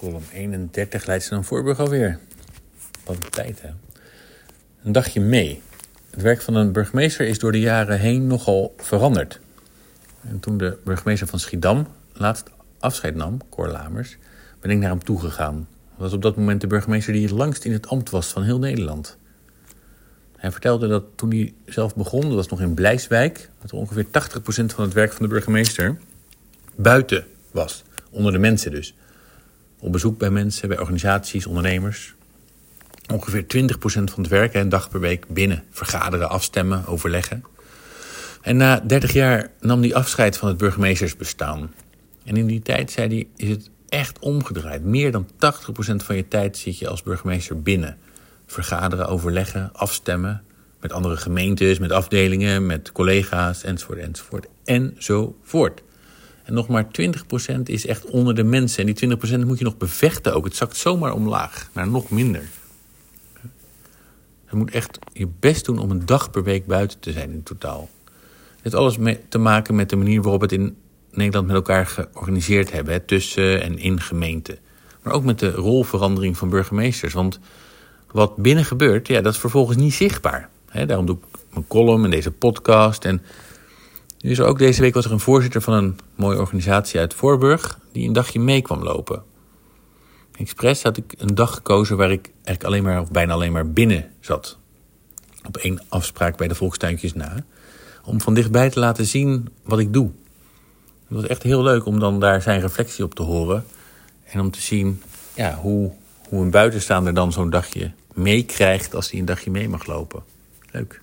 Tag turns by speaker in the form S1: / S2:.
S1: Column 31 Leidschendam Voorburg alweer. Wat een tijd, hè? Een dagje mee. Het werk van een burgemeester is door de jaren heen nogal veranderd. En toen de burgemeester van Schiedam laatst afscheid nam, Cor Lamers, ben ik naar hem toegegaan. Dat was op dat moment de burgemeester die het langst in het ambt was van heel Nederland. Hij vertelde dat toen hij zelf begon, dat was nog in Blijswijk, dat er ongeveer 80% van het werk van de burgemeester buiten was. Onder de mensen dus. Op bezoek bij mensen, bij organisaties, ondernemers. Ongeveer 20% van het werk, een dag per week binnen. Vergaderen, afstemmen, overleggen. En na 30 jaar nam hij afscheid van het burgemeestersbestaan. En in die tijd, zei hij, is het echt omgedraaid. Meer dan 80% van je tijd zit je als burgemeester binnen. Vergaderen, overleggen, afstemmen. Met andere gemeentes, met afdelingen, met collega's, enzovoort, enzovoort. En nog maar 20% is echt onder de mensen. En die 20% moet je nog bevechten ook. Het zakt zomaar omlaag, naar nog minder. Je moet echt je best doen om een dag per week buiten te zijn in totaal. Dit heeft alles te maken met de manier waarop we het in Nederland met elkaar georganiseerd hebben. Hè, tussen en in gemeenten. Maar ook met de rolverandering van burgemeesters. Want wat binnen gebeurt, ja, dat is vervolgens niet zichtbaar. Hè, daarom doe ik mijn column en deze podcast. En nu is er ook deze week was er een voorzitter van een mooie organisatie uit Voorburg die een dagje mee kwam lopen. Expres had ik een dag gekozen waar ik eigenlijk bijna alleen maar binnen zat. Op 1 afspraak bij de Volkstuintjes na. Om van dichtbij te laten zien wat ik doe. Het was echt heel leuk om dan daar zijn reflectie op te horen. En om te zien ja, hoe een buitenstaander dan zo'n dagje meekrijgt als hij een dagje mee mag lopen. Leuk.